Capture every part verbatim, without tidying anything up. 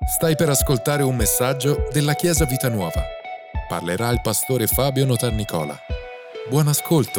Stai per ascoltare un messaggio della Chiesa Vita Nuova. Parlerà il pastore Fabio Notarnicola. Buon ascolto.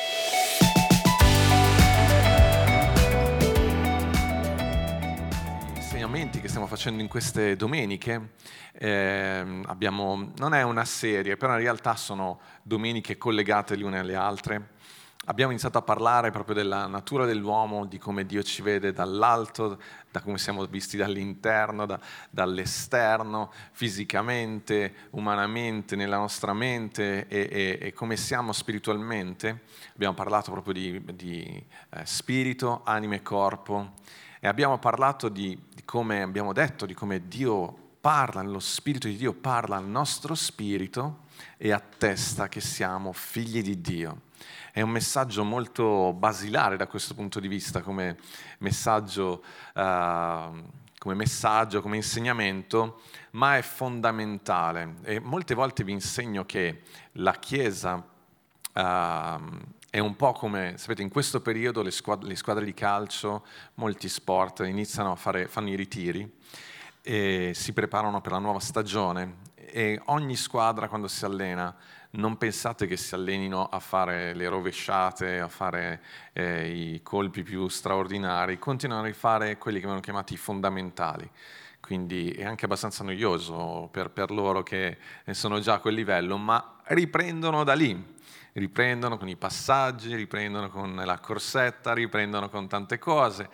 Gli insegnamenti che stiamo facendo in queste domeniche eh, abbiamo, non è una serie, però in realtà sono domeniche collegate le une alle altre. Abbiamo iniziato a parlare proprio della natura dell'uomo, di come Dio ci vede dall'alto, da come siamo visti dall'interno, da, dall'esterno, fisicamente, umanamente, nella nostra mente e, e, e come siamo spiritualmente. Abbiamo parlato proprio di, di eh, spirito, anima e corpo e abbiamo parlato di, di come abbiamo detto, di come Dio parla, lo Spirito di Dio parla al nostro spirito e attesta che siamo figli di Dio. È un messaggio molto basilare da questo punto di vista, come messaggio, uh, come messaggio, come insegnamento, ma è fondamentale. E molte volte vi insegno che la Chiesa uh, è un po' come, sapete, in questo periodo le squadre, le squadre di calcio, molti sport iniziano a fare, fanno i ritiri e si preparano per la nuova stagione e ogni squadra quando si allena, non pensate che si allenino a fare le rovesciate, a fare eh, i colpi più straordinari, continuano a rifare quelli che vengono chiamati fondamentali. Quindi è anche abbastanza noioso per, per loro che sono già a quel livello, ma riprendono da lì. Riprendono con i passaggi, riprendono con la corsetta, riprendono con tante cose.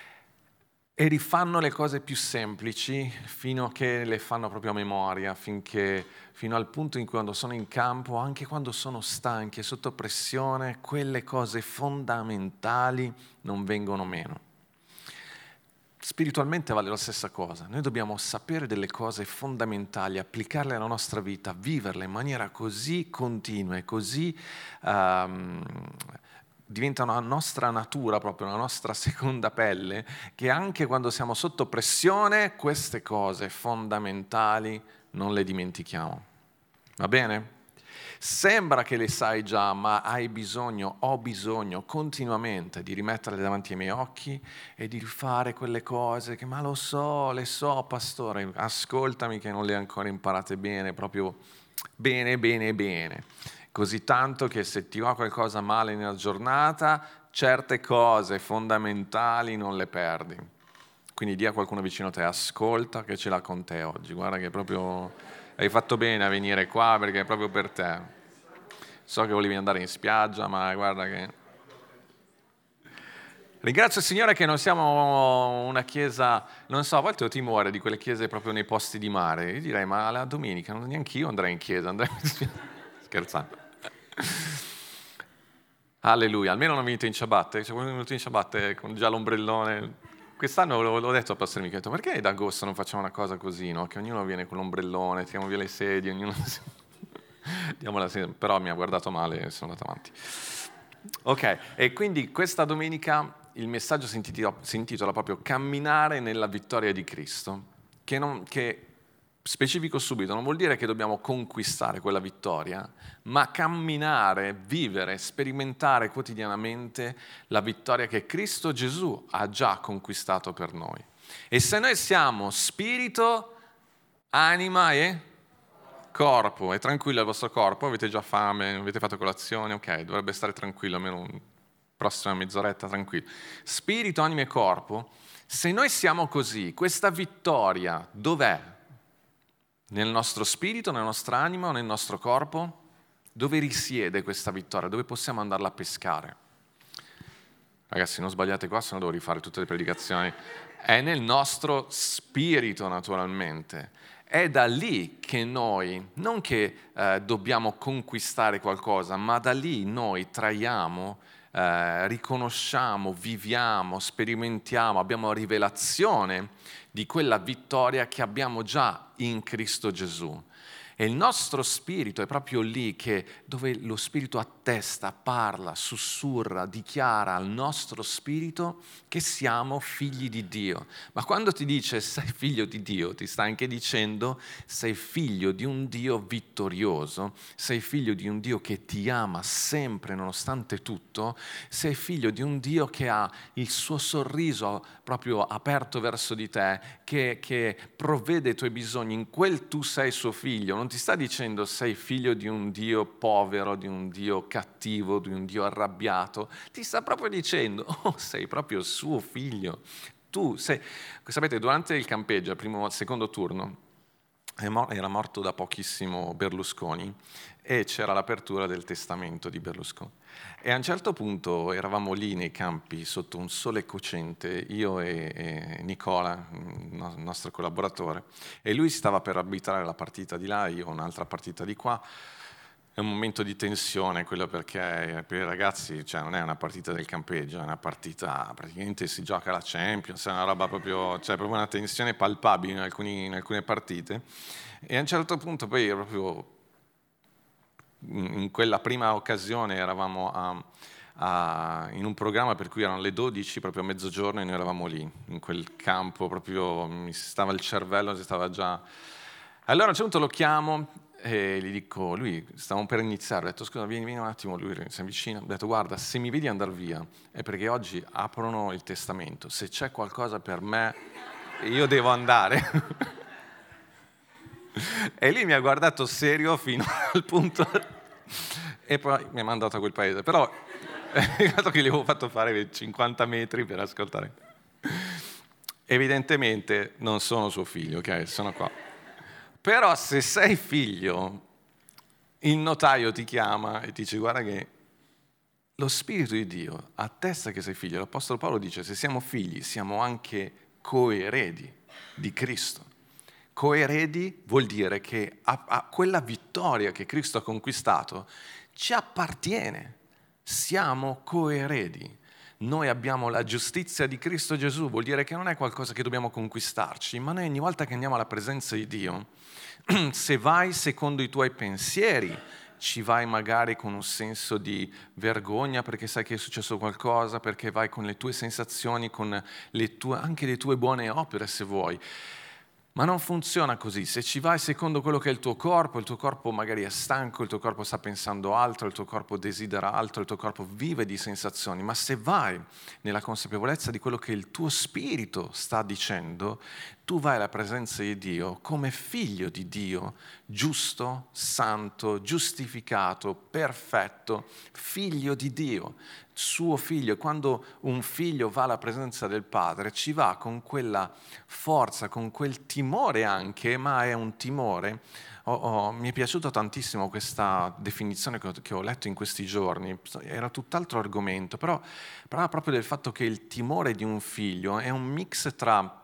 E rifanno le cose più semplici fino a che le fanno proprio a memoria, finché, fino al punto in cui quando sono in campo, anche quando sono stanchi e sotto pressione, quelle cose fondamentali non vengono meno. Spiritualmente vale la stessa cosa, noi dobbiamo sapere delle cose fondamentali, applicarle alla nostra vita, viverle in maniera così continua e così... Um, diventa una nostra natura, proprio una nostra seconda pelle, che anche quando siamo sotto pressione, queste cose fondamentali non le dimentichiamo. Va bene? Sembra che le sai già, ma hai bisogno, ho bisogno continuamente di rimetterle davanti ai miei occhi e di fare quelle cose che, ma lo so, le so, pastore, ascoltami che non le hai ancora imparate bene, proprio bene, bene, bene. Così tanto che se ti va qualcosa male nella giornata, certe cose fondamentali non le perdi. Quindi di a qualcuno vicino a te, ascolta che ce l'ha con te oggi. Guarda che proprio hai fatto bene a venire qua perché è proprio per te. So che volevi andare in spiaggia, ma guarda che... Ringrazio il Signore che non siamo una chiesa, non so, a volte ho timore di quelle chiese proprio nei posti di mare. Io direi, ma la domenica non neanche io andrei in chiesa, andrei in spiaggia. Scherzando. Alleluia, almeno non venite in ciabatte, c'è qualcuno venuto in ciabatte con già l'ombrellone. Quest'anno l'ho detto a Pastore Michele, perché ad agosto non facciamo una cosa così, no? Che ognuno viene con l'ombrellone, tiriamo via le sedie, ognuno... Diamo la sedie. Però mi ha guardato male e sono andato avanti. Ok, e quindi questa domenica il messaggio si intitola, si intitola proprio Camminare nella vittoria di Cristo, che non... Che specifico subito, non vuol dire che dobbiamo conquistare quella vittoria, ma camminare, vivere, sperimentare quotidianamente la vittoria che Cristo Gesù ha già conquistato per noi. E se noi siamo spirito, anima e corpo, è tranquillo il vostro corpo, avete già fame, avete fatto colazione, ok, dovrebbe stare tranquillo, almeno una prossima mezz'oretta tranquillo. Spirito, anima e corpo, se noi siamo così, questa vittoria dov'è? Nel nostro spirito, nella nostra anima o nel nostro corpo? Dove risiede questa vittoria? Dove possiamo andarla a pescare? Ragazzi, non sbagliate qua, se no devo rifare tutte le predicazioni. È nel nostro spirito, naturalmente. È da lì che noi, non che eh, dobbiamo conquistare qualcosa, ma da lì noi traiamo, eh, riconosciamo, viviamo, sperimentiamo, abbiamo rivelazione di quella vittoria che abbiamo già in Cristo Gesù. E il nostro spirito è proprio lì che, dove lo spirito attesta, parla, sussurra, dichiara al nostro spirito che siamo figli di Dio. Ma quando ti dice sei figlio di Dio, ti sta anche dicendo sei figlio di un Dio vittorioso, sei figlio di un Dio che ti ama sempre nonostante tutto, sei figlio di un Dio che ha il suo sorriso proprio aperto verso di te, che, che provvede i tuoi bisogni, in quel tu sei suo figlio. Non ti sta dicendo sei figlio di un Dio povero, di un Dio cattivo, di un Dio arrabbiato, ti sta proprio dicendo, oh, sei proprio suo figlio. Tu sei, sapete, durante il campeggio, al primo, al secondo turno, era morto da pochissimo Berlusconi e c'era l'apertura del testamento di Berlusconi. E a un certo punto eravamo lì nei campi sotto un sole cocente, io e, e Nicola, il nostro collaboratore, e lui stava per arbitrare la partita di là, io un'altra partita di qua. È un momento di tensione quello, perché per i ragazzi, cioè, non è una partita del campeggio, è una partita, praticamente si gioca la Champions, è una roba proprio, cioè proprio una tensione palpabile in, alcuni, in alcune partite. E a un certo punto poi proprio in quella prima occasione eravamo a, a, in un programma per cui erano le dodici, proprio a mezzogiorno, e noi eravamo lì, in quel campo, proprio mi stava il cervello, si stava già... Allora a un certo punto lo chiamo e gli dico, lui, stavamo per iniziare, ho detto scusa, vieni, vieni un attimo, lui si avvicina, ho detto guarda, se mi vedi andare via è perché oggi aprono il testamento, se c'è qualcosa per me io devo andare. E lì mi ha guardato serio fino al punto e poi mi ha mandato a quel paese, però dato che gli avevo fatto fare cinquanta metri per ascoltare. Evidentemente non sono suo figlio, ok? Sono qua. Però se sei figlio, il notaio ti chiama e ti dice guarda che lo Spirito di Dio attesta che sei figlio. L'Apostolo Paolo dice se siamo figli siamo anche coeredi di Cristo. Coeredi vuol dire che a, a quella vittoria che Cristo ha conquistato ci appartiene. Siamo coeredi. Noi abbiamo la giustizia di Cristo Gesù, vuol dire che non è qualcosa che dobbiamo conquistarci, ma noi ogni volta che andiamo alla presenza di Dio, se vai secondo i tuoi pensieri, ci vai magari con un senso di vergogna perché sai che è successo qualcosa, perché vai con le tue sensazioni, con le tue, anche le tue buone opere se vuoi. Ma non funziona così. Se ci vai secondo quello che è il tuo corpo, il tuo corpo magari è stanco, il tuo corpo sta pensando altro, il tuo corpo desidera altro, il tuo corpo vive di sensazioni. Ma se vai nella consapevolezza di quello che il tuo spirito sta dicendo, tu vai alla presenza di Dio come figlio di Dio, giusto, santo, giustificato, perfetto, figlio di Dio. Suo figlio, quando un figlio va alla presenza del padre, ci va con quella forza, con quel timore anche, ma è un timore. Oh, oh, mi è piaciuta tantissimo questa definizione che ho, che ho letto in questi giorni, era tutt'altro argomento, però parlava proprio del fatto che il timore di un figlio è un mix tra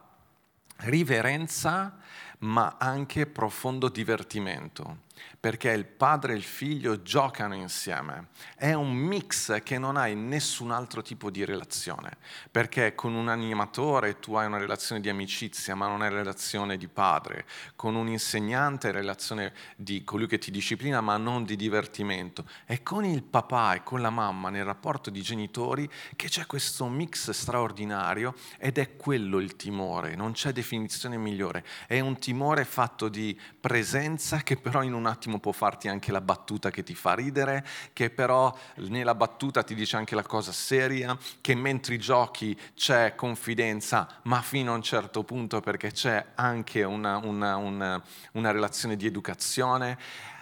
riverenza ma anche profondo divertimento, perché il padre e il figlio giocano insieme. È un mix che non hai nessun altro tipo di relazione, perché con un animatore tu hai una relazione di amicizia, ma non hai relazione di padre. Con un insegnante hai relazione di colui che ti disciplina, ma non di divertimento. E con il papà e con la mamma, nel rapporto di genitori, che c'è questo mix straordinario, ed è quello il timore, non c'è definizione migliore. È un timore fatto di presenza che però in un attimo può farti anche la battuta che ti fa ridere, che però nella battuta ti dice anche la cosa seria, che mentre giochi c'è confidenza, ma fino a un certo punto, perché c'è anche una, una, una, una relazione di educazione.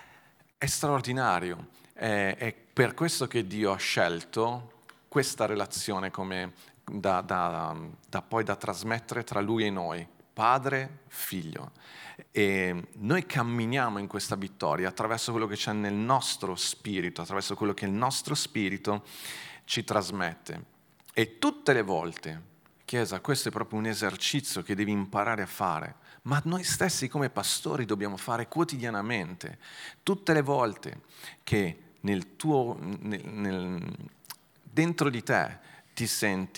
È straordinario. È, è per questo che Dio ha scelto questa relazione come da, da, da poi da trasmettere tra Lui e noi, padre, figlio. E noi camminiamo in questa vittoria attraverso quello che c'è nel nostro spirito, attraverso quello che il nostro spirito ci trasmette. E tutte le volte, Chiesa, questo è proprio un esercizio che devi imparare a fare, ma noi stessi come pastori dobbiamo fare quotidianamente. Tutte le volte che nel tuo, nel, nel, dentro di te ti senti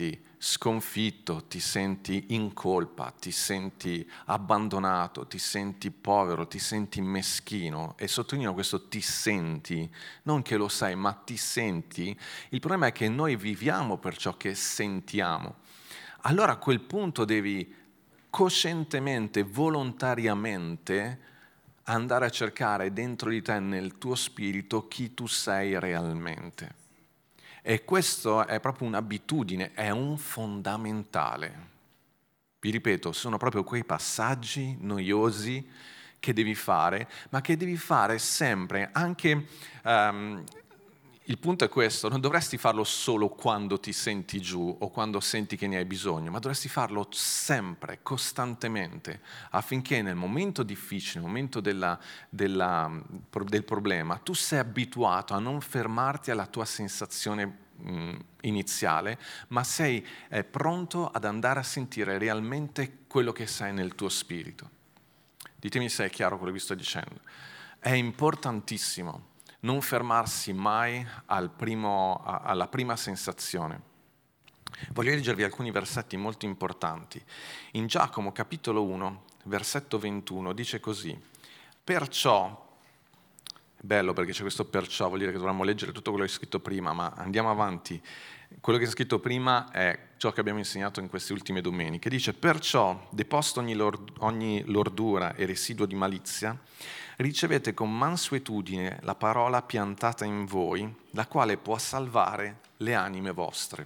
sconfitto, ti senti in colpa, ti senti abbandonato, ti senti povero, ti senti meschino, e sottolineo questo ti senti, non che lo sai, ma ti senti, il problema è che noi viviamo per ciò che sentiamo. Allora a quel punto devi coscientemente, volontariamente andare a cercare dentro di te, nel tuo spirito, chi tu sei realmente. E questo è proprio un'abitudine, è un fondamentale. Vi ripeto, sono proprio quei passaggi noiosi che devi fare, ma che devi fare sempre, anche... Um, il punto è questo, non dovresti farlo solo quando ti senti giù o quando senti che ne hai bisogno, ma dovresti farlo sempre, costantemente, affinché nel momento difficile, nel momento della, della, del problema, tu sei abituato a non fermarti alla tua sensazione mh, iniziale, ma sei eh, pronto ad andare a sentire realmente quello che sei nel tuo spirito. Ditemi se è chiaro quello che vi sto dicendo. È importantissimo non fermarsi mai al primo, alla prima sensazione. Voglio leggervi alcuni versetti molto importanti. In Giacomo capitolo uno, versetto ventuno, dice così: perciò, bello perché c'è questo perciò, vuol dire che dovremmo leggere tutto quello che è scritto prima, ma andiamo avanti. Quello che è scritto prima è ciò che abbiamo insegnato in queste ultime domeniche. Dice: perciò, deposto ogni, lord, ogni lordura e residuo di malizia, ricevete con mansuetudine la parola piantata in voi, la quale può salvare le anime vostre.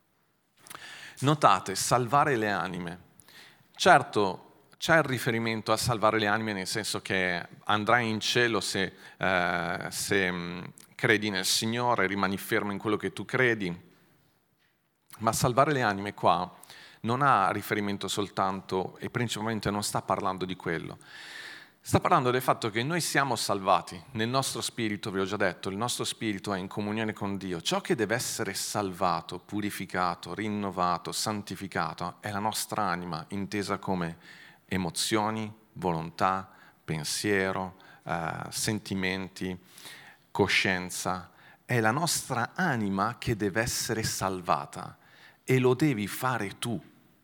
Notate, salvare le anime. Certo, c'è il riferimento a salvare le anime nel senso che andrai in cielo se, eh, se mh, credi nel Signore, rimani fermo in quello che tu credi, ma salvare le anime qua non ha riferimento soltanto e principalmente non sta parlando di quello. Sta parlando del fatto che noi siamo salvati, nel nostro spirito, vi ho già detto, il nostro spirito è in comunione con Dio. Ciò che deve essere salvato, purificato, rinnovato, santificato è la nostra anima, intesa come emozioni, volontà, pensiero, eh, sentimenti, coscienza. È la nostra anima che deve essere salvata e lo devi fare tu.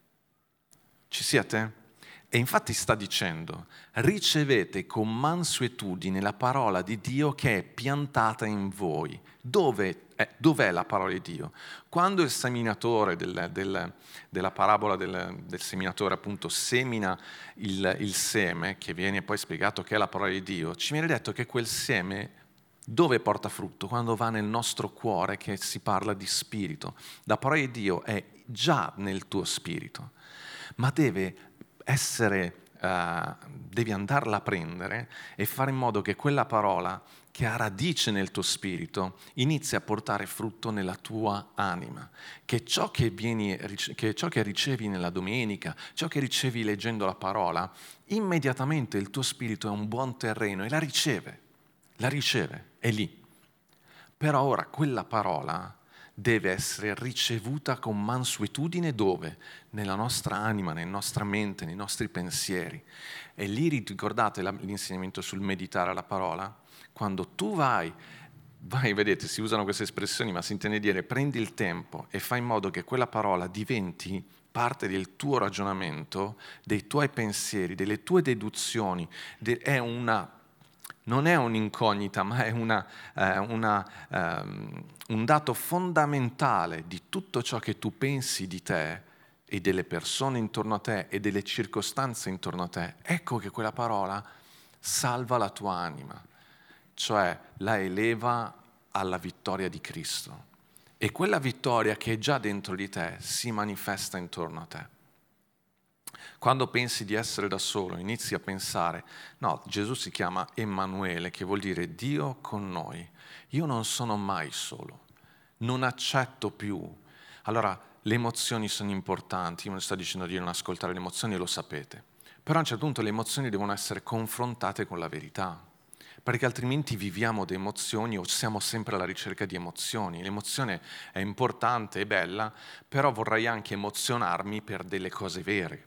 Ci siete? E infatti sta dicendo: ricevete con mansuetudine la parola di Dio che è piantata in voi. Dove è, dov'è la parola di Dio? Quando il seminatore del, del, della parabola del, del seminatore appunto semina il, il seme, che viene poi spiegato che è la parola di Dio, ci viene detto che quel seme dove porta frutto? Quando va nel nostro cuore, che si parla di spirito. La parola di Dio è già nel tuo spirito, ma deve essere, uh, devi andarla a prendere e fare in modo che quella parola che ha radice nel tuo spirito inizi a portare frutto nella tua anima, che ciò che, vieni, che ciò che ricevi nella domenica, ciò che ricevi leggendo la parola, immediatamente il tuo spirito è un buon terreno e la riceve, la riceve, è lì. Però ora quella parola deve essere ricevuta con mansuetudine dove? Nella nostra anima, nella nostra mente, nei nostri pensieri. E lì ricordate l'insegnamento sul meditare la parola? Quando tu vai, vai, vedete, si usano queste espressioni, ma si intende dire prendi il tempo e fai in modo che quella parola diventi parte del tuo ragionamento, dei tuoi pensieri, delle tue deduzioni, è una... Non è un'incognita, ma è una, eh, una, um, un dato fondamentale di tutto ciò che tu pensi di te e delle persone intorno a te e delle circostanze intorno a te. Ecco che quella parola salva la tua anima, cioè la eleva alla vittoria di Cristo. E quella vittoria che è già dentro di te si manifesta intorno a te. Quando pensi di essere da solo, inizi a pensare, no, Gesù si chiama Emanuele, che vuol dire Dio con noi. Io non sono mai solo, non accetto più. Allora, le emozioni sono importanti, io non sto dicendo di non ascoltare le emozioni, lo sapete. Però a un certo punto le emozioni devono essere confrontate con la verità, perché altrimenti viviamo di emozioni o siamo sempre alla ricerca di emozioni. L'emozione è importante, è bella, però vorrei anche emozionarmi per delle cose vere.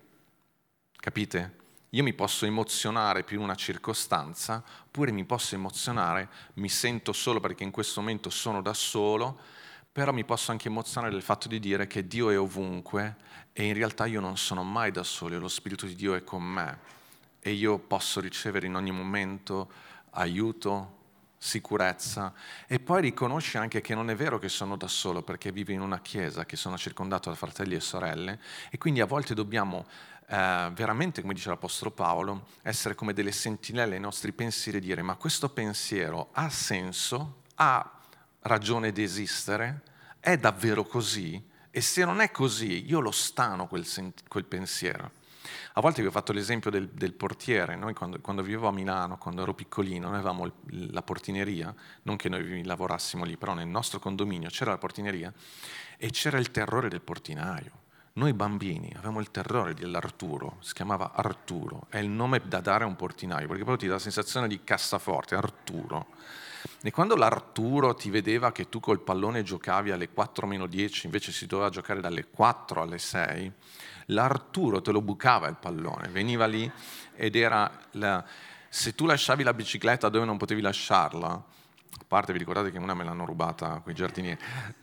Capite? Io mi posso emozionare più in una circostanza, oppure mi posso emozionare, mi sento solo perché in questo momento sono da solo, però mi posso anche emozionare del fatto di dire che Dio è ovunque e in realtà io non sono mai da solo, lo Spirito di Dio è con me e io posso ricevere in ogni momento aiuto, sicurezza, e poi riconosci anche che non è vero che sono da solo, perché vivo in una chiesa, che sono circondato da fratelli e sorelle, e quindi a volte dobbiamo eh, veramente, come dice l'Apostolo Paolo, essere come delle sentinelle ai nostri pensieri e dire: ma questo pensiero ha senso? Ha ragione di esistere? È davvero così? E se non è così, io lo stano quel, sent- quel pensiero. A volte vi ho fatto l'esempio del, del portiere. Noi quando, quando vivevo a Milano, quando ero piccolino, noi avevamo il, la portineria, non che noi lavorassimo lì, però nel nostro condominio c'era la portineria e c'era il terrore del portinaio. Noi bambini avevamo il terrore dell'Arturo, si chiamava Arturo, è il nome da dare a un portinaio, perché poi ti dà la sensazione di cassaforte, Arturo. E quando l'Arturo ti vedeva che tu col pallone giocavi alle quattro meno dieci, invece si doveva giocare dalle quattro alle sei, l'Arturo te lo bucava il pallone, veniva lì ed era... La... Se tu lasciavi la bicicletta dove non potevi lasciarla, a parte vi ricordate che una me l'hanno rubata quei giardinieri,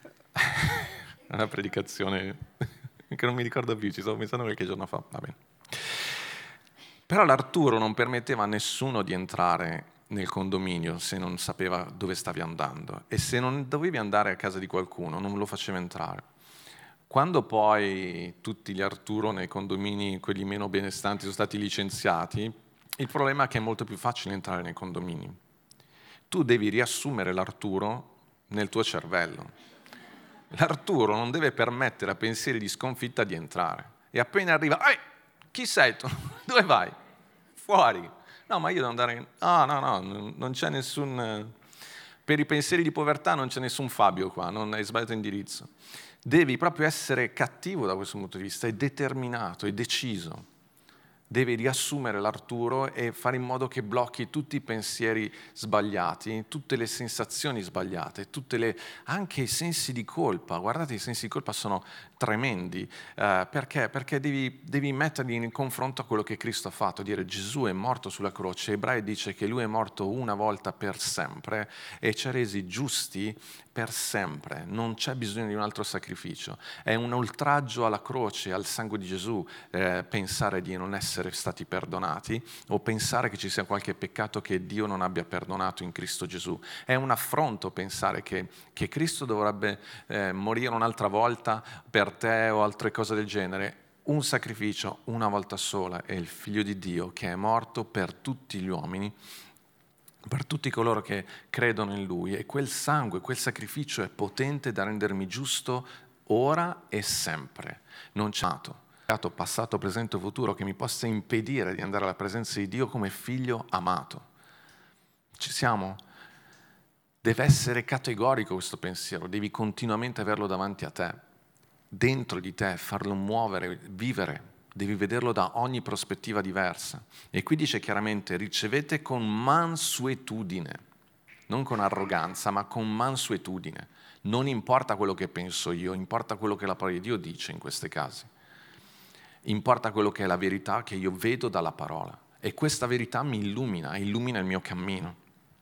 è una predicazione che non mi ricordo più, ci stavo pensando qualche giorno fa, va bene. Però l'Arturo non permetteva a nessuno di entrare nel condominio se non sapeva dove stavi andando, e se non dovevi andare a casa di qualcuno non lo faceva entrare. Quando poi tutti gli Arturo nei condomini, quelli meno benestanti, sono stati licenziati, il problema è che è molto più facile entrare nei condomini. Tu devi riassumere l'Arturo nel tuo cervello. L'Arturo non deve permettere a pensieri di sconfitta di entrare. E appena arriva, ehi, chi sei tu? Dove vai? Fuori. No, ma io devo andare... Ah, no, no, non c'è nessun... Per i pensieri di povertà non c'è nessun Fabio qua, non hai sbagliato indirizzo. Devi proprio essere cattivo da questo punto di vista, è determinato, è deciso. Devi riassumere l'Arturo e fare in modo che blocchi tutti i pensieri sbagliati, tutte le sensazioni sbagliate, tutte le, anche i sensi di colpa. Guardate, i sensi di colpa sono tremendi. Eh, perché? Perché devi, devi metterli in confronto a quello che Cristo ha fatto, dire: Gesù è morto sulla croce. Ebrei dice che lui è morto una volta per sempre e ci ha resi giusti per sempre, non c'è bisogno di un altro sacrificio. È un oltraggio alla croce, al sangue di Gesù, eh, pensare di non essere stati perdonati o pensare che ci sia qualche peccato che Dio non abbia perdonato in Cristo Gesù. È un affronto pensare che, che Cristo dovrebbe eh, morire un'altra volta per te o altre cose del genere. Un sacrificio una volta sola è il Figlio di Dio che è morto per tutti gli uomini, per tutti coloro che credono in Lui, e quel sangue, quel sacrificio è potente da rendermi giusto ora e sempre. Non c'è stato passato, presente o futuro che mi possa impedire di andare alla presenza di Dio come figlio amato. Ci siamo? Deve essere categorico questo pensiero, devi continuamente averlo davanti a te, dentro di te, farlo muovere, vivere. Devi vederlo da ogni prospettiva diversa. E qui dice chiaramente: ricevete con mansuetudine, non con arroganza, ma con mansuetudine. Non importa quello che penso io, importa quello che la parola di Dio dice in questi casi. Importa quello che è la verità che io vedo dalla parola. E questa verità mi illumina, illumina il mio cammino.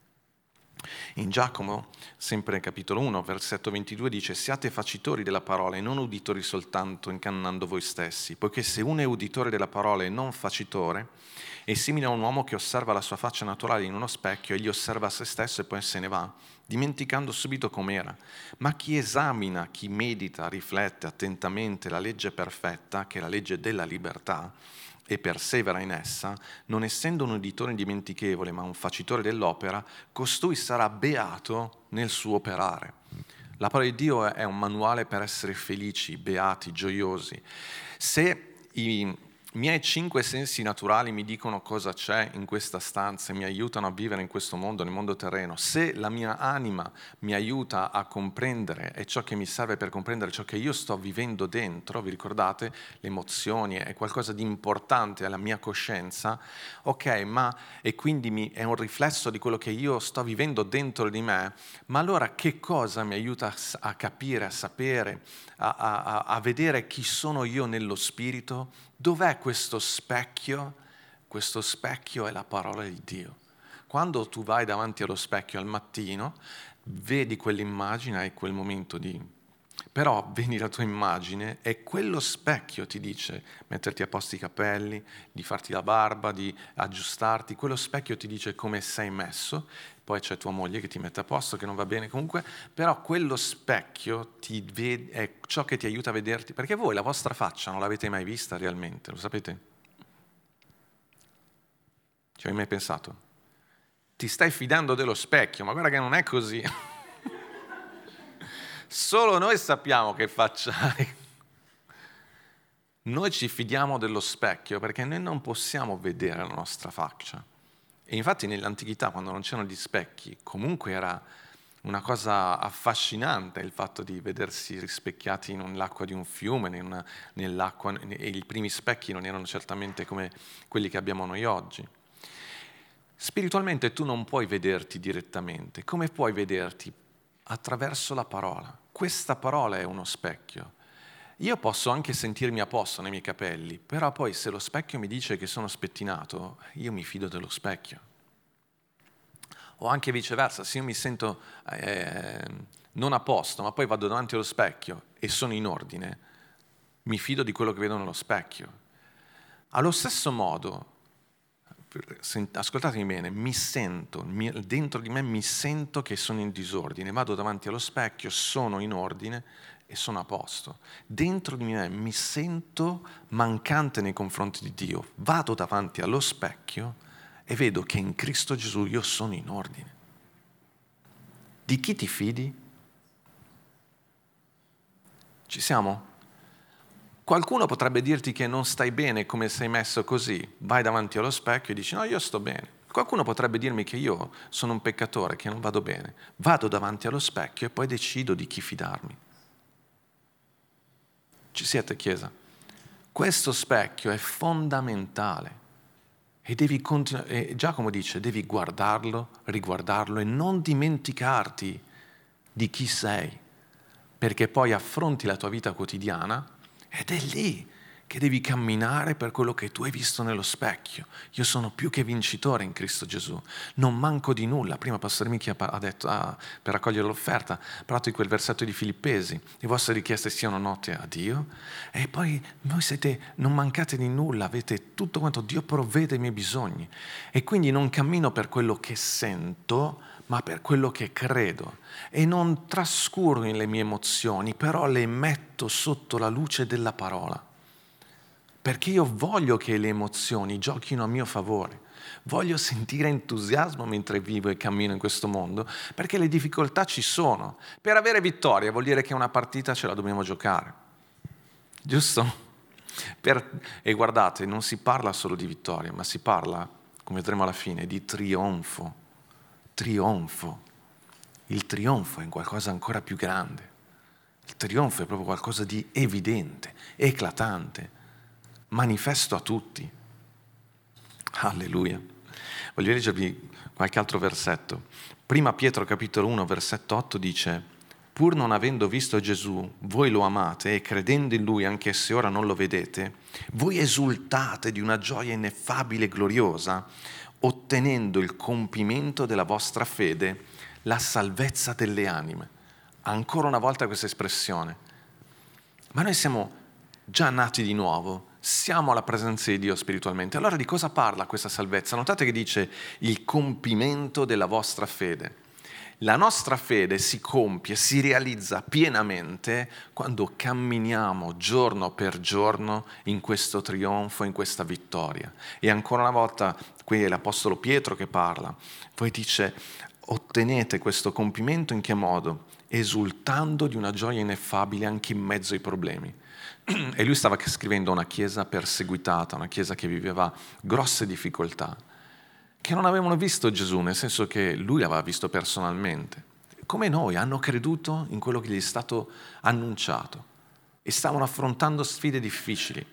In Giacomo, sempre nel capitolo uno, versetto ventidue, dice: siate facitori della parola e non uditori soltanto, ingannando voi stessi, poiché se uno è uditore della parola e non facitore, è simile a un uomo che osserva la sua faccia naturale in uno specchio, egli osserva se stesso e poi se ne va, dimenticando subito com'era. Ma chi esamina, chi medita, riflette attentamente la legge perfetta, che è la legge della libertà, e persevera in essa, non essendo un uditore dimentichevole ma un facitore dell'opera, costui sarà beato nel suo operare. La parola di Dio è un manuale per essere felici, beati, gioiosi. Se i miei cinque sensi naturali mi dicono cosa c'è in questa stanza e mi aiutano a vivere in questo mondo, nel mondo terreno, se la mia anima mi aiuta a comprendere, è ciò che mi serve per comprendere ciò che io sto vivendo dentro, vi ricordate? Le emozioni è qualcosa di importante alla mia coscienza, ok, ma e quindi mi, è un riflesso di quello che io sto vivendo dentro di me, ma allora che cosa mi aiuta a, a capire, a sapere, a, a, a vedere chi sono io nello spirito? Dov'è questo specchio? Questo specchio è la parola di Dio. Quando tu vai davanti allo specchio al mattino, vedi quell'immagine, hai quel momento di Però vedi la tua immagine e quello specchio ti dice metterti a posto i capelli, di farti la barba, di aggiustarti, quello specchio ti dice come sei messo, poi c'è tua moglie che ti mette a posto, che non va bene comunque, però quello specchio ti vede, è ciò che ti aiuta a vederti, perché voi la vostra faccia non l'avete mai vista realmente, lo sapete? Ci hai mai pensato? Ti stai fidando dello specchio, ma guarda che non è così. Solo noi sappiamo che faccia hai. Noi ci fidiamo dello specchio perché noi non possiamo vedere la nostra faccia. E infatti nell'antichità, quando non c'erano gli specchi, comunque era una cosa affascinante il fatto di vedersi rispecchiati nell'acqua di un fiume, nell'acqua, e i primi specchi non erano certamente come quelli che abbiamo noi oggi. Spiritualmente tu non puoi vederti direttamente. Come puoi vederti? Attraverso la parola. Questa parola è uno specchio. Io posso anche sentirmi a posto nei miei capelli, però poi se lo specchio mi dice che sono spettinato, io mi fido dello specchio. O anche viceversa, se io mi sento eh, non a posto, ma poi vado davanti allo specchio e sono in ordine, mi fido di quello che vedo nello specchio. Allo stesso modo, ascoltatemi bene, mi sento, mi, dentro di me mi sento che sono in disordine, vado davanti allo specchio, sono in ordine e sono a posto. Dentro di me mi sento mancante nei confronti di Dio, vado davanti allo specchio e vedo che in Cristo Gesù io sono in ordine. Di chi ti fidi? Ci siamo? Qualcuno potrebbe dirti che non stai bene come sei messo così, vai davanti allo specchio e dici no, io sto bene. Qualcuno potrebbe dirmi che io sono un peccatore, che non vado bene. Vado davanti allo specchio e poi decido di chi fidarmi. Ci siete, Chiesa? Questo specchio è fondamentale e devi continuare, e Giacomo dice, devi guardarlo, riguardarlo e non dimenticarti di chi sei, perché poi affronti la tua vita quotidiana ed è lì che devi camminare per quello che tu hai visto nello specchio. Io sono più che vincitore in Cristo Gesù, non manco di nulla. Prima Pastore Michi ha detto, ah, per raccogliere l'offerta, ha parlato di quel versetto di Filippesi, le vostre richieste siano note a Dio, e poi voi siete, non mancate di nulla, avete tutto quanto, Dio provvede i miei bisogni. E quindi non cammino per quello che sento, ma per quello che credo, e non trascuro le mie emozioni, però le metto sotto la luce della parola. Perché io voglio che le emozioni giochino a mio favore, voglio sentire entusiasmo mentre vivo e cammino in questo mondo, perché le difficoltà ci sono. Per avere vittoria vuol dire che una partita ce la dobbiamo giocare, giusto? Per... E guardate, non si parla solo di vittoria, ma si parla, come vedremo alla fine, di trionfo. Trionfo. Il trionfo è qualcosa ancora più grande. Il trionfo è proprio qualcosa di evidente, eclatante, manifesto a tutti. Alleluia. Voglio leggervi qualche altro versetto. Prima Pietro capitolo uno versetto otto dice: pur non avendo visto Gesù, voi lo amate e credendo in Lui, anche se ora non lo vedete, voi esultate di una gioia ineffabile e gloriosa, ottenendo il compimento della vostra fede, la salvezza delle anime. Ancora una volta questa espressione. Ma noi siamo già nati di nuovo, siamo alla presenza di Dio spiritualmente. Allora di cosa parla questa salvezza? Notate che dice il compimento della vostra fede. La nostra fede si compie, si realizza pienamente quando camminiamo giorno per giorno in questo trionfo, in questa vittoria. E ancora una volta, qui è l'Apostolo Pietro che parla, poi dice, ottenete questo compimento in che modo? Esultando di una gioia ineffabile anche in mezzo ai problemi. E lui stava scrivendo a una chiesa perseguitata, una chiesa che viveva grosse difficoltà, che non avevano visto Gesù, nel senso che lui l'aveva visto personalmente. Come noi, hanno creduto in quello che gli è stato annunciato e stavano affrontando sfide difficili.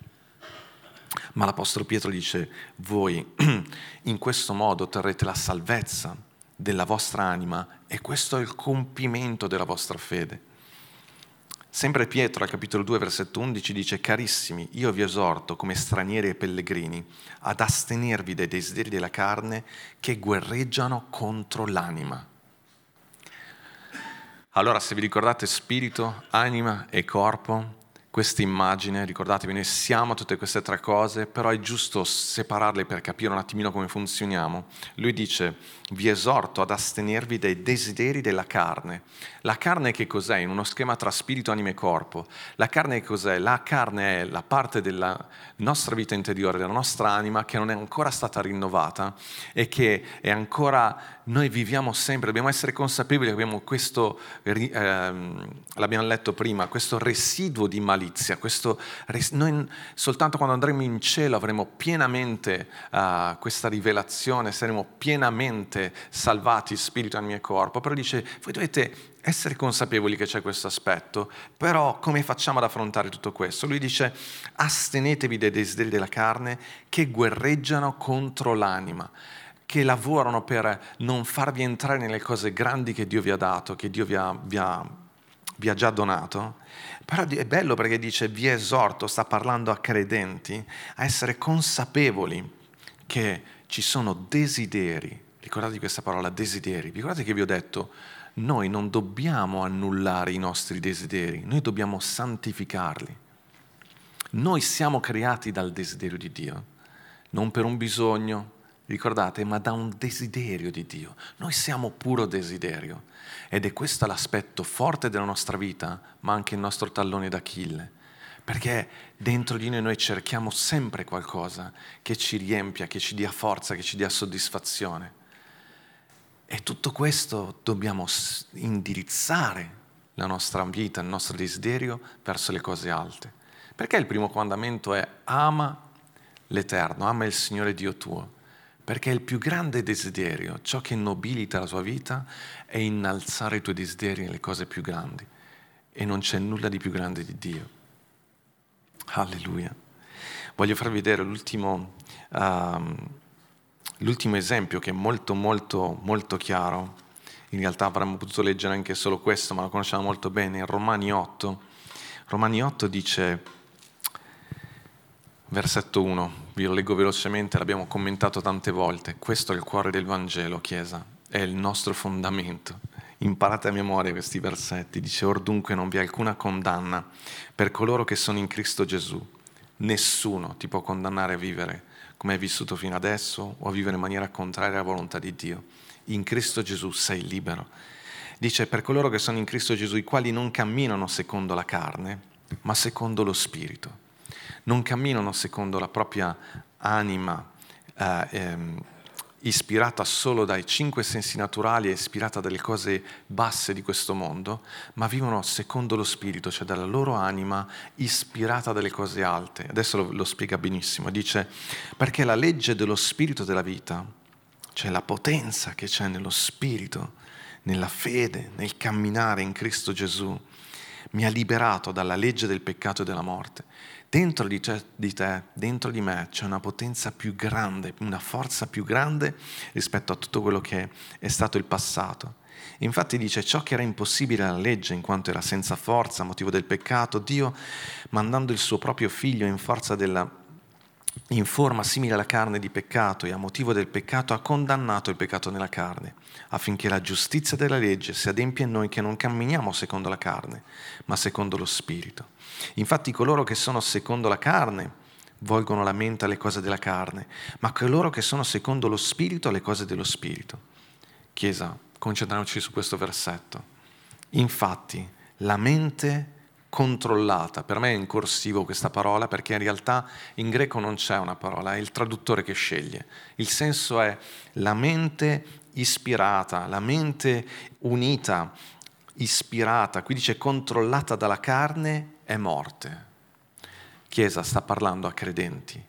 Ma l'Apostolo Pietro dice, voi in questo modo otterrete la salvezza della vostra anima e questo è il compimento della vostra fede. Sempre Pietro, al capitolo due, versetto undici, dice: carissimi, io vi esorto, come stranieri e pellegrini, ad astenervi dai desideri della carne che guerreggiano contro l'anima. Allora, se vi ricordate spirito, anima e corpo, questa immagine, ricordatevi, noi siamo tutte queste tre cose, però è giusto separarle per capire un attimino come funzioniamo. Lui dice, vi esorto ad astenervi dai desideri della carne. La carne che cos'è? In uno schema tra spirito, anima e corpo. La carne che cos'è? La carne è la parte della nostra vita interiore, della nostra anima che non è ancora stata rinnovata e che è ancora... Noi viviamo sempre, dobbiamo essere consapevoli che abbiamo questo, ehm, l'abbiamo letto prima, questo residuo di malizia, questo, noi soltanto quando andremo in cielo avremo pienamente uh, questa rivelazione, saremo pienamente salvati spirito, anima e corpo, però dice, voi dovete essere consapevoli che c'è questo aspetto, però come facciamo ad affrontare tutto questo? Lui dice, astenetevi dai desideri della carne che guerreggiano contro l'anima, che lavorano per non farvi entrare nelle cose grandi che Dio vi ha dato, che Dio vi ha, vi ha, vi ha già donato. Però è bello perché dice, vi esorto, sta parlando a credenti, a essere consapevoli che ci sono desideri. Ricordate questa parola, desideri. Ricordate che vi ho detto, noi non dobbiamo annullare i nostri desideri, noi dobbiamo santificarli. Noi siamo creati dal desiderio di Dio, non per un bisogno, ricordate, ma da un desiderio di Dio. Noi siamo puro desiderio ed è questo l'aspetto forte della nostra vita, ma anche il nostro tallone d'Achille, perché dentro di noi noi cerchiamo sempre qualcosa che ci riempia, che ci dia forza, che ci dia soddisfazione. E tutto questo dobbiamo indirizzare la nostra vita, il nostro desiderio verso le cose alte. Perché il primo comandamento è ama l'Eterno, ama il Signore Dio tuo. Perché il più grande desiderio, ciò che nobilita la tua vita, è innalzare i tuoi desideri nelle cose più grandi. E non c'è nulla di più grande di Dio. Alleluia. Voglio farvi vedere l'ultimo, um, l'ultimo esempio che è molto, molto, molto chiaro. In realtà avremmo potuto leggere anche solo questo, ma lo conosciamo molto bene. In Romani otto, Romani otto dice... Versetto uno, vi lo leggo velocemente, l'abbiamo commentato tante volte. Questo è il cuore del Vangelo, Chiesa, è il nostro fondamento. Imparate a memoria questi versetti. Dice, or dunque non vi è alcuna condanna per coloro che sono in Cristo Gesù. Nessuno ti può condannare a vivere come hai vissuto fino adesso o a vivere in maniera contraria alla volontà di Dio. In Cristo Gesù sei libero. Dice, per coloro che sono in Cristo Gesù, i quali non camminano secondo la carne, ma secondo lo Spirito. Non camminano secondo la propria anima eh, ehm, ispirata solo dai cinque sensi naturali e ispirata dalle cose basse di questo mondo, ma vivono secondo lo Spirito, cioè dalla loro anima ispirata dalle cose alte. Adesso lo, lo spiega benissimo, dice, perché la legge dello Spirito della vita, cioè la potenza che c'è nello Spirito, nella fede, nel camminare in Cristo Gesù, mi ha liberato dalla legge del peccato e della morte. Dentro di te, di te, dentro di me c'è una potenza più grande, una forza più grande rispetto a tutto quello che è stato il passato. Infatti dice, ciò che era impossibile alla legge in quanto era senza forza a motivo del peccato, Dio, mandando il suo proprio figlio in forza della in forma simile alla carne di peccato e a motivo del peccato ha condannato il peccato nella carne, affinché la giustizia della legge si adempia in noi che non camminiamo secondo la carne, ma secondo lo Spirito. Infatti coloro che sono secondo la carne volgono la mente alle cose della carne, ma coloro che sono secondo lo Spirito alle cose dello Spirito. Chiesa, concentriamoci su questo versetto. Infatti la mente controllata, per me è in corsivo questa parola perché in realtà in greco non c'è una parola, è il traduttore che sceglie. Il senso è la mente ispirata, la mente unita, ispirata, qui dice controllata dalla carne è morte. Chiesa sta parlando a credenti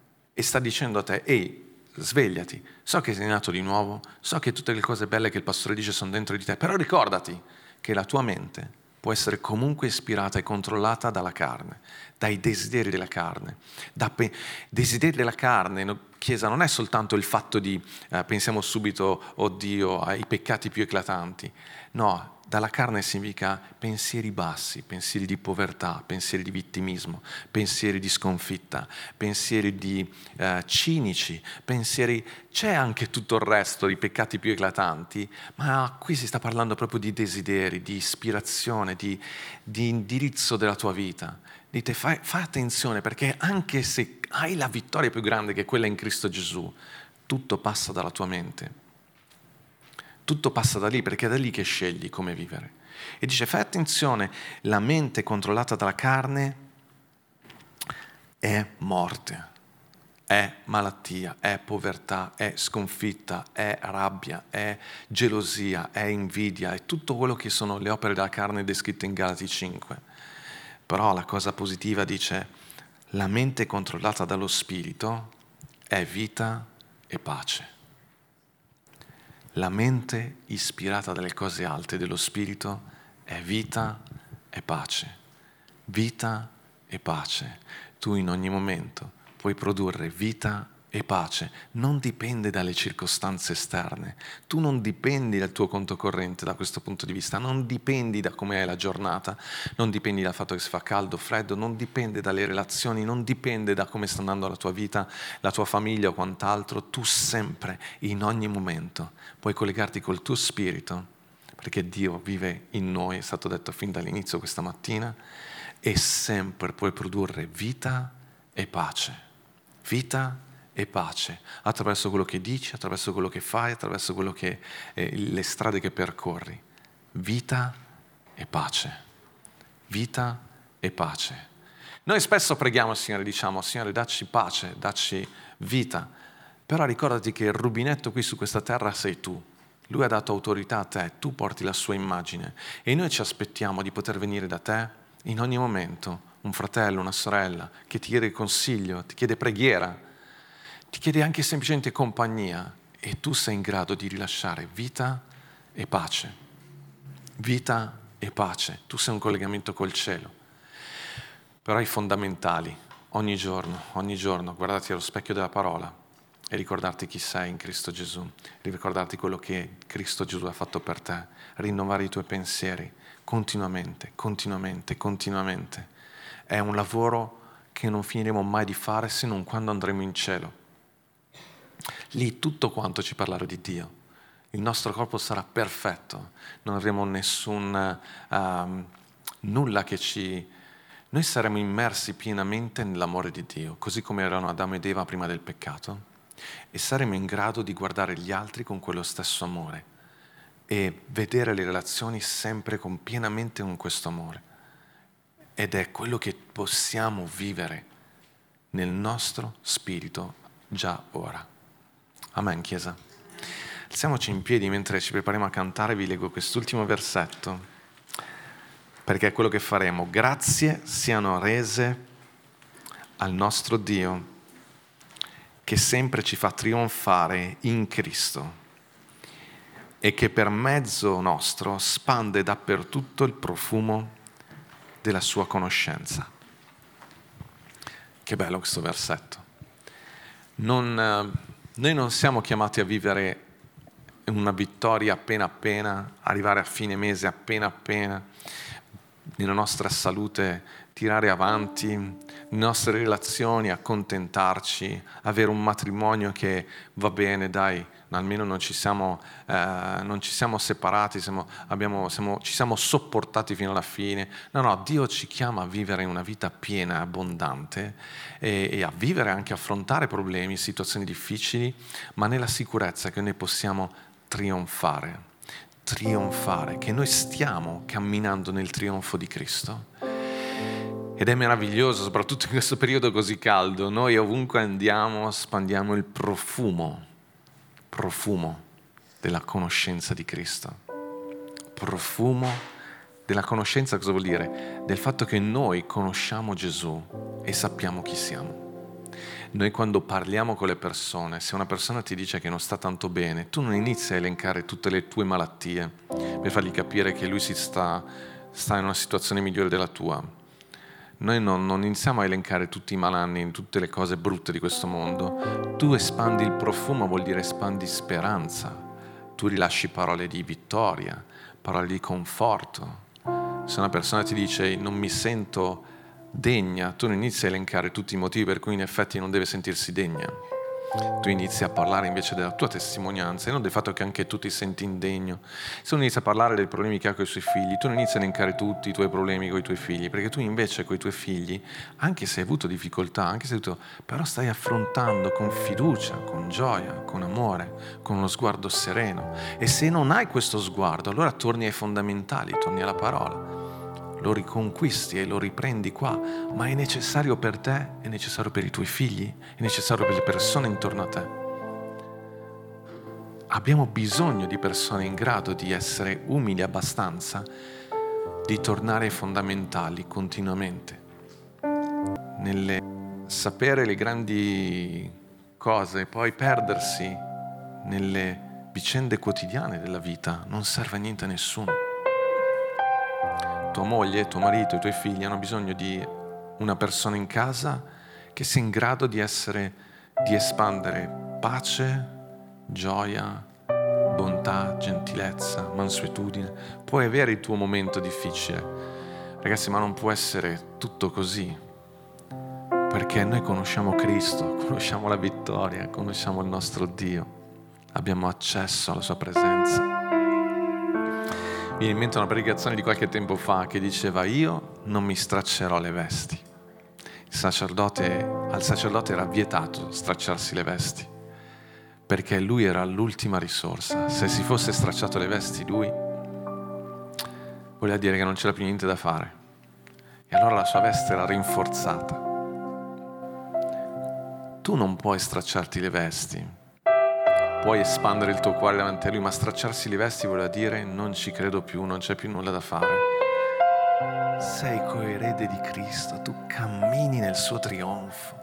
e sta dicendo a te, ehi, svegliati, so che sei nato di nuovo, so che tutte le cose belle che il pastore dice sono dentro di te, però ricordati che la tua mente può essere comunque ispirata e controllata dalla carne, dai desideri della carne. Da pe- desideri della carne, no, Chiesa, non è soltanto il fatto di, eh, pensiamo subito, oddio, ai peccati più eclatanti. No, dalla carne significa pensieri bassi, pensieri di povertà, pensieri di vittimismo, pensieri di sconfitta, pensieri di eh, cinici, pensieri... C'è anche tutto il resto, i peccati più eclatanti, ma qui si sta parlando proprio di desideri, di ispirazione, di, di indirizzo della tua vita. Dite, fai, fai attenzione, perché anche se hai la vittoria più grande che è quella in Cristo Gesù, tutto passa dalla tua mente. Tutto passa da lì, perché è da lì che scegli come vivere. E dice, fai attenzione, la mente controllata dalla carne è morte, è malattia, è povertà, è sconfitta, è rabbia, è gelosia, è invidia, è tutto quello che sono le opere della carne descritte in Galati cinque. Però la cosa positiva dice, la mente controllata dallo Spirito è vita e pace. La mente ispirata dalle cose alte dello Spirito è vita e pace. Vita e pace. Tu in ogni momento puoi produrre vita e pace. Non dipende dalle circostanze esterne. Tu non dipendi dal tuo conto corrente da questo punto di vista. Non dipendi da come è la giornata. Non dipendi dal fatto che si fa caldo o freddo. Non dipende dalle relazioni. Non dipende da come sta andando la tua vita, la tua famiglia o quant'altro. Tu sempre, in ogni momento, puoi collegarti col tuo spirito, perché Dio vive in noi, è stato detto fin dall'inizio questa mattina, e sempre puoi produrre vita e pace. Vita e pace, attraverso quello che dici, attraverso quello che fai, attraverso quello che, eh, le strade che percorri. Vita e pace. Vita e pace. Noi spesso preghiamo il Signore, diciamo, Signore, dacci pace, dacci vita, però ricordati che il rubinetto qui su questa terra sei tu. Lui ha dato autorità a te, tu porti la sua immagine e noi ci aspettiamo di poter venire da te in ogni momento, un fratello, una sorella che ti chiede consiglio, ti chiede preghiera, ti chiede anche semplicemente compagnia e tu sei in grado di rilasciare vita e pace. Vita e pace. Tu sei un collegamento col cielo. Però i fondamentali, ogni giorno, ogni giorno, guardarti allo specchio della parola e ricordarti chi sei in Cristo Gesù, ricordarti quello che Cristo Gesù ha fatto per te, rinnovare i tuoi pensieri continuamente, continuamente, continuamente. È un lavoro che non finiremo mai di fare se non quando andremo in cielo. Lì tutto quanto ci parlerà di Dio. Il nostro corpo sarà perfetto, non avremo nessun um, nulla che ci... Noi saremo immersi pienamente nell'amore di Dio, così come erano Adamo ed Eva prima del peccato, e saremo in grado di guardare gli altri con quello stesso amore e vedere le relazioni sempre con pienamente con questo amore. Ed è quello che possiamo vivere nel nostro spirito già ora. Amen, Chiesa. Alziamoci in piedi mentre ci prepariamo a cantare, vi leggo quest'ultimo versetto, perché è quello che faremo. Grazie siano rese al nostro Dio, che sempre ci fa trionfare in Cristo e che per mezzo nostro spande dappertutto il profumo della sua conoscenza. Che bello questo versetto. Non, noi non siamo chiamati a vivere una vittoria appena appena, arrivare a fine mese appena appena, nella nostra salute tirare avanti, nelle nostre relazioni accontentarci, avere un matrimonio che va bene, dai, almeno non ci siamo, eh, non ci siamo separati, siamo, abbiamo, siamo, ci siamo sopportati fino alla fine. No, no, Dio ci chiama a vivere una vita piena, abbondante e, e a vivere anche, affrontare problemi, situazioni difficili, ma nella sicurezza che noi possiamo trionfare, trionfare, che noi stiamo camminando nel trionfo di Cristo. Ed è meraviglioso, soprattutto in questo periodo così caldo, noi ovunque andiamo spandiamo il profumo, profumo della conoscenza di Cristo. Profumo della conoscenza cosa vuol dire? Del fatto che noi conosciamo Gesù e sappiamo chi siamo. Noi quando parliamo con le persone, se una persona ti dice che non sta tanto bene, tu non inizi a elencare tutte le tue malattie per fargli capire che lui si sta, sta in una situazione migliore della tua. Noi non, non iniziamo a elencare tutti i malanni, tutte le cose brutte di questo mondo. Tu espandi il profumo, vuol dire espandi speranza. Tu rilasci parole di vittoria, parole di conforto. Se una persona ti dice non mi sento degna, tu non inizi a elencare tutti i motivi per cui in effetti non deve sentirsi degna. Tu inizi a parlare invece della tua testimonianza e non del fatto che anche tu ti senti indegno. Se uno inizia a parlare dei problemi che ha con i suoi figli, tu non inizi a elencare tutti i tuoi problemi con i tuoi figli, perché tu invece con i tuoi figli, anche se hai avuto difficoltà, anche se hai avuto, però stai affrontando con fiducia, con gioia, con amore, con uno sguardo sereno. E se non hai questo sguardo, allora torni ai fondamentali, torni alla parola. Lo riconquisti e lo riprendi qua, ma è necessario per te, è necessario per i tuoi figli, è necessario per le persone intorno a te. Abbiamo bisogno di persone in grado di essere umili abbastanza, di tornare ai fondamentali continuamente, nelle sapere le grandi cose, poi perdersi nelle vicende quotidiane della vita, non serve a niente a nessuno. Tua moglie, tuo marito, i tuoi figli hanno bisogno di una persona in casa che sia in grado di essere, di espandere pace, gioia, bontà, gentilezza, mansuetudine. Puoi avere il tuo momento difficile, ragazzi, ma non può essere tutto così, perché noi conosciamo Cristo, conosciamo la vittoria, conosciamo il nostro Dio, abbiamo accesso alla sua presenza. Mi viene in mente una predicazione di qualche tempo fa che diceva: io non mi straccerò le vesti. Il sacerdote, al sacerdote era vietato stracciarsi le vesti, perché lui era l'ultima risorsa. Se si fosse stracciato le vesti lui, voleva dire che non c'era più niente da fare. E allora la sua veste era rinforzata. Tu non puoi stracciarti le vesti. Puoi espandere il tuo cuore davanti a lui, ma stracciarsi le vesti vuol dire non ci credo più, non c'è più nulla da fare. Sei coerede di Cristo, tu cammini nel suo trionfo.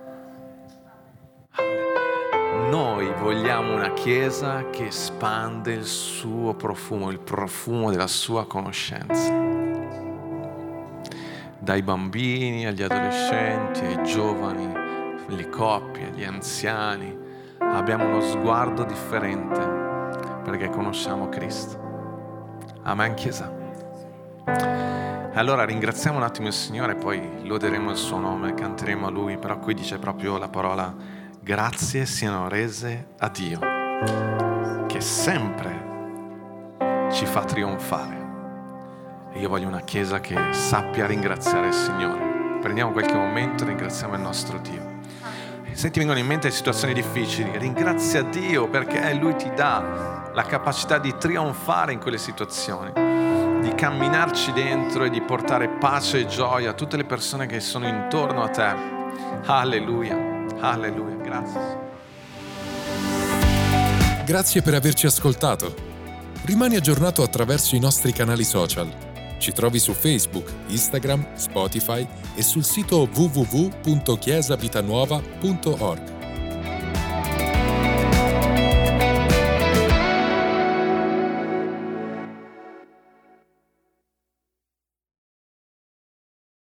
Noi vogliamo una chiesa che espande il suo profumo, il profumo della sua conoscenza. Dai bambini agli adolescenti, ai giovani, le coppie, gli anziani. Abbiamo uno sguardo differente perché conosciamo Cristo. Amen, Chiesa. Allora ringraziamo un attimo il Signore, poi loderemo il suo nome, canteremo a Lui, però qui dice proprio la parola: grazie siano rese a Dio, che sempre ci fa trionfare. E io voglio una Chiesa che sappia ringraziare il Signore. Prendiamo qualche momento e ringraziamo il nostro Dio. Se ti vengono in mente situazioni difficili, ringrazia Dio, perché Lui ti dà la capacità di trionfare in quelle situazioni, di camminarci dentro e di portare pace e gioia a tutte le persone che sono intorno a te. Alleluia, alleluia, grazie. Grazie per averci ascoltato. Rimani aggiornato attraverso i nostri canali social. Ci trovi su Facebook, Instagram, Spotify e sul sito w w w punto chiesa vitanuova punto org.